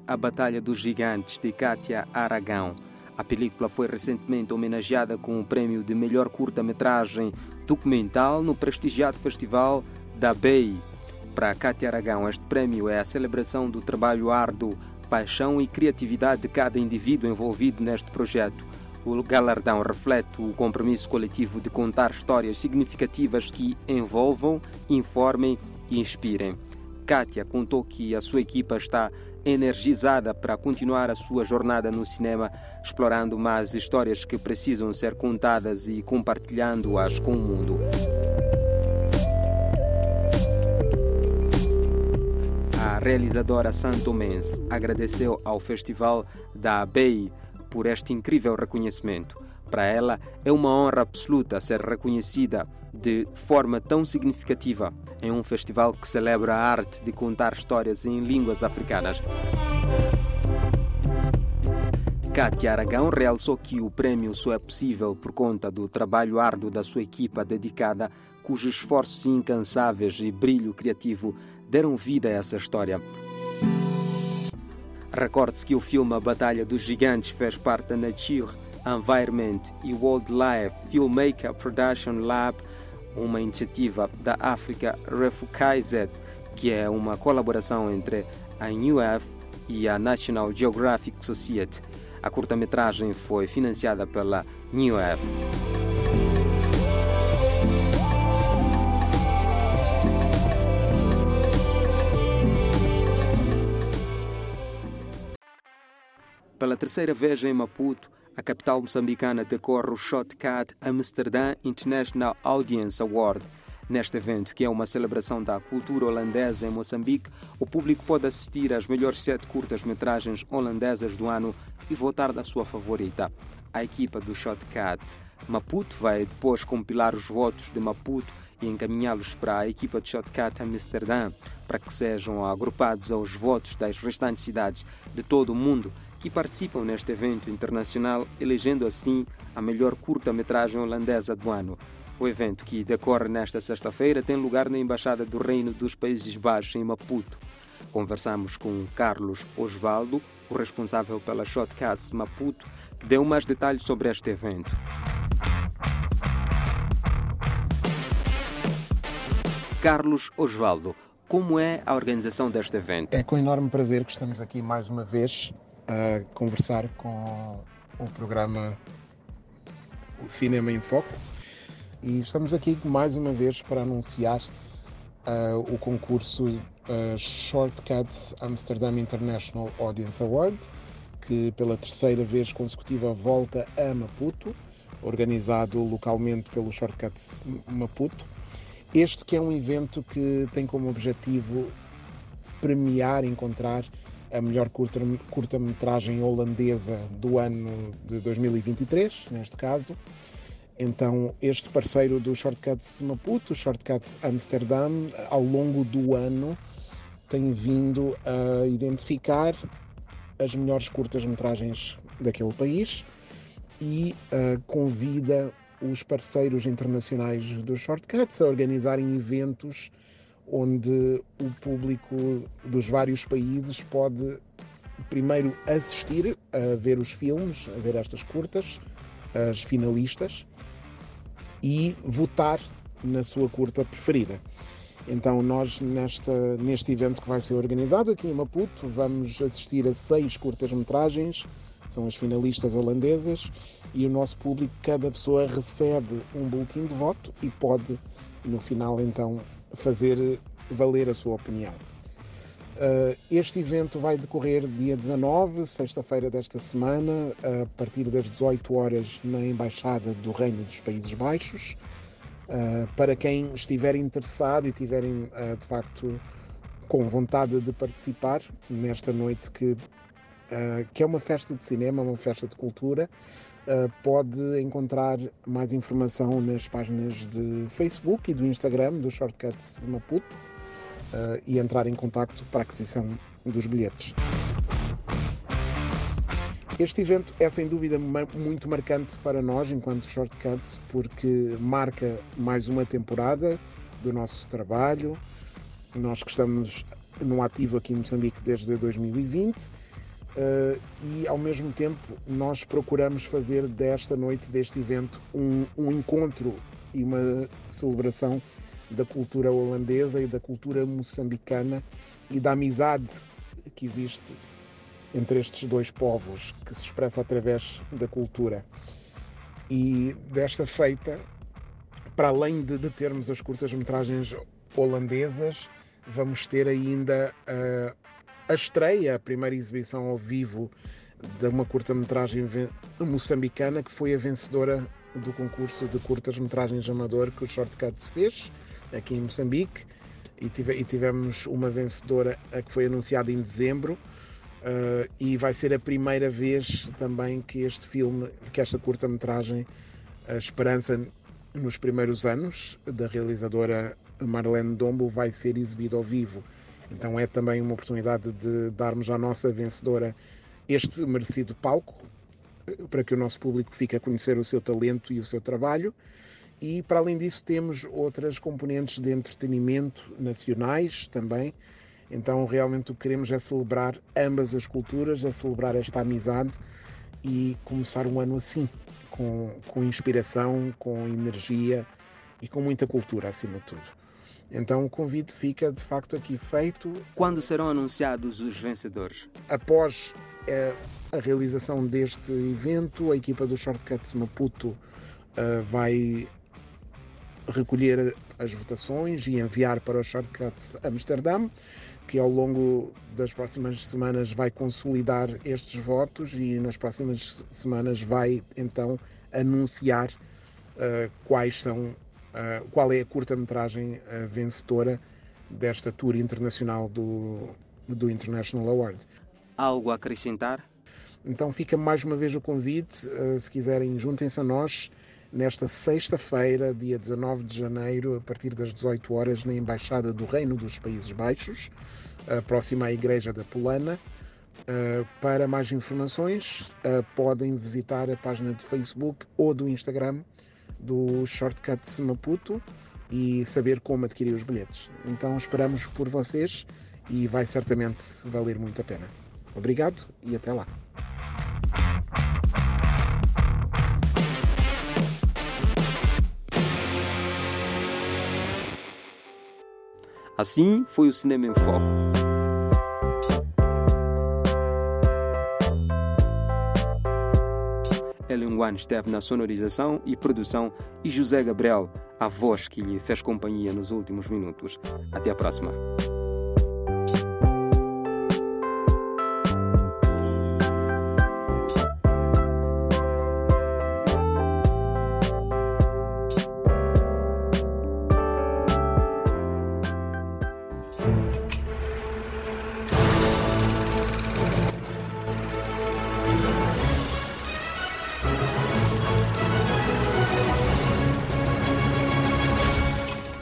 A Batalha dos Gigantes, de Kátia Aragão. A película foi recentemente homenageada com o prêmio de melhor curta-metragem documental no prestigiado festival da BEI. Para Kátia Aragão, este prêmio é a celebração do trabalho árduo, paixão e criatividade de cada indivíduo envolvido neste projeto. O galardão reflete o compromisso coletivo de contar histórias significativas que envolvam, informem e inspirem. Kátia contou que a sua equipa está energizada para continuar a sua jornada no cinema, explorando mais histórias que precisam ser contadas e compartilhando-as com o mundo. A realizadora santomense agradeceu ao Festival da BEI por este incrível reconhecimento. Para ela, é uma honra absoluta ser reconhecida de forma tão significativa em um festival que celebra a arte de contar histórias em línguas africanas. Kátia Aragão realçou que o prémio só é possível por conta do trabalho árduo da sua equipa dedicada, cujos esforços incansáveis e brilho criativo deram vida a essa história. Recorde-se que o filme A Batalha dos Gigantes fez parte da Nature Environment e Wildlife Filmmaker Production Lab, uma iniciativa da Africa Refugized, que é uma colaboração entre a NUF e a National Geographic Society. A curta-metragem foi financiada pela NUF. Pela terceira vez em Maputo, a capital moçambicana, decorre o Shortcut Amsterdam International Audience Award. Neste evento, que é uma celebração da cultura holandesa em Moçambique, o público pode assistir às melhores 7 curtas-metragens holandesas do ano e votar da sua favorita. A equipa do Shortcut Maputo vai depois compilar os votos de Maputo e encaminhá-los para a equipa de Shortcut Amsterdam, para que sejam agrupados aos votos das restantes cidades de todo o mundo que participam neste evento internacional, elegendo assim a melhor curta-metragem holandesa do ano. O evento, que decorre nesta sexta-feira, tem lugar na Embaixada do Reino dos Países Baixos, em Maputo. Conversamos com Carlos Osvaldo, o responsável pela Shortcuts Maputo, que deu mais detalhes sobre este evento. Carlos Osvaldo, como é a organização deste evento? É com enorme prazer que estamos aqui mais uma vez a conversar com o programa O Cinema em Foco, e estamos aqui mais uma vez para anunciar o concurso Shortcuts Amsterdam International Audience Award, que pela terceira vez consecutiva volta a Maputo, organizado localmente pelo Shortcuts Maputo. Este que é um evento que tem como objetivo premiar, encontrar a melhor curta-metragem holandesa do ano de 2023, neste caso. Então, este parceiro do Shortcuts Maputo, Shortcuts Amsterdam, ao longo do ano tem vindo a identificar as melhores curtas-metragens daquele país e convida os parceiros internacionais dos Shortcuts a organizarem eventos onde o público dos vários países pode primeiro assistir a ver os filmes, a ver estas curtas, as finalistas, e votar na sua curta preferida. Então nós neste evento que vai ser organizado aqui em Maputo vamos assistir a 6 curtas-metragens, são as finalistas holandesas, e o nosso público, cada pessoa recebe um boletim de voto e pode no final então fazer valer a sua opinião. Este evento vai decorrer dia 19, sexta-feira desta semana, a partir das 18 horas na Embaixada do Reino dos Países Baixos. Para quem estiver interessado e tiverem de facto com vontade de participar nesta noite que é uma festa de cinema, uma festa de cultura, pode encontrar mais informação nas páginas de Facebook e do Instagram do Shortcuts Maputo e entrar em contacto para a aquisição dos bilhetes. Este evento é sem dúvida muito marcante para nós enquanto Shortcuts, porque marca mais uma temporada do nosso trabalho. Nós que estamos no ativo aqui em Moçambique desde 2020 e ao mesmo tempo nós procuramos fazer desta noite, deste evento, um encontro e uma celebração da cultura holandesa e da cultura moçambicana e da amizade que existe entre estes dois povos, que se expressa através da cultura. E desta feita, para além de termos as curtas-metragens holandesas, vamos ter ainda a estreia, a primeira exibição ao vivo de uma curta-metragem moçambicana, que foi a vencedora do concurso de curtas-metragens amador que o Shortcuts fez aqui em Moçambique, e tivemos uma vencedora que foi anunciada em dezembro, e vai ser a primeira vez também que este filme, que esta curta-metragem, A Esperança nos Primeiros Anos, da realizadora Marlene Dombo, vai ser exibido ao vivo. Então é também uma oportunidade de darmos à nossa vencedora este merecido palco, para que o nosso público fique a conhecer o seu talento e o seu trabalho. E para além disso temos outras componentes de entretenimento nacionais também. Então realmente o que queremos é celebrar ambas as culturas, é celebrar esta amizade e começar um ano assim, com inspiração, com energia e com muita cultura acima de tudo. Então o convite fica de facto aqui feito. Quando serão anunciados os vencedores? Após a realização deste evento, a equipa do Shortcuts Maputo vai recolher as votações e enviar para o Shortcuts Amsterdã, que ao longo das próximas semanas vai consolidar estes votos e nas próximas semanas vai então anunciar qual é a curta-metragem vencedora desta tour internacional do International Award. Algo a acrescentar? Então fica mais uma vez o convite, se quiserem, juntem-se a nós nesta sexta-feira, dia 19 de janeiro, a partir das 18 horas, na Embaixada do Reino dos Países Baixos, próxima à Igreja da Polana. Para mais informações, podem visitar a página de Facebook ou do Instagram do Shortcuts Maputo e saber como adquirir os bilhetes. Então esperamos por vocês e vai certamente valer muito a pena. Obrigado e até lá. Assim foi o Cinema em Foco. Ellen Wan esteve na sonorização e produção e José Gabriel, a voz que lhe fez companhia nos últimos minutos. Até a próxima.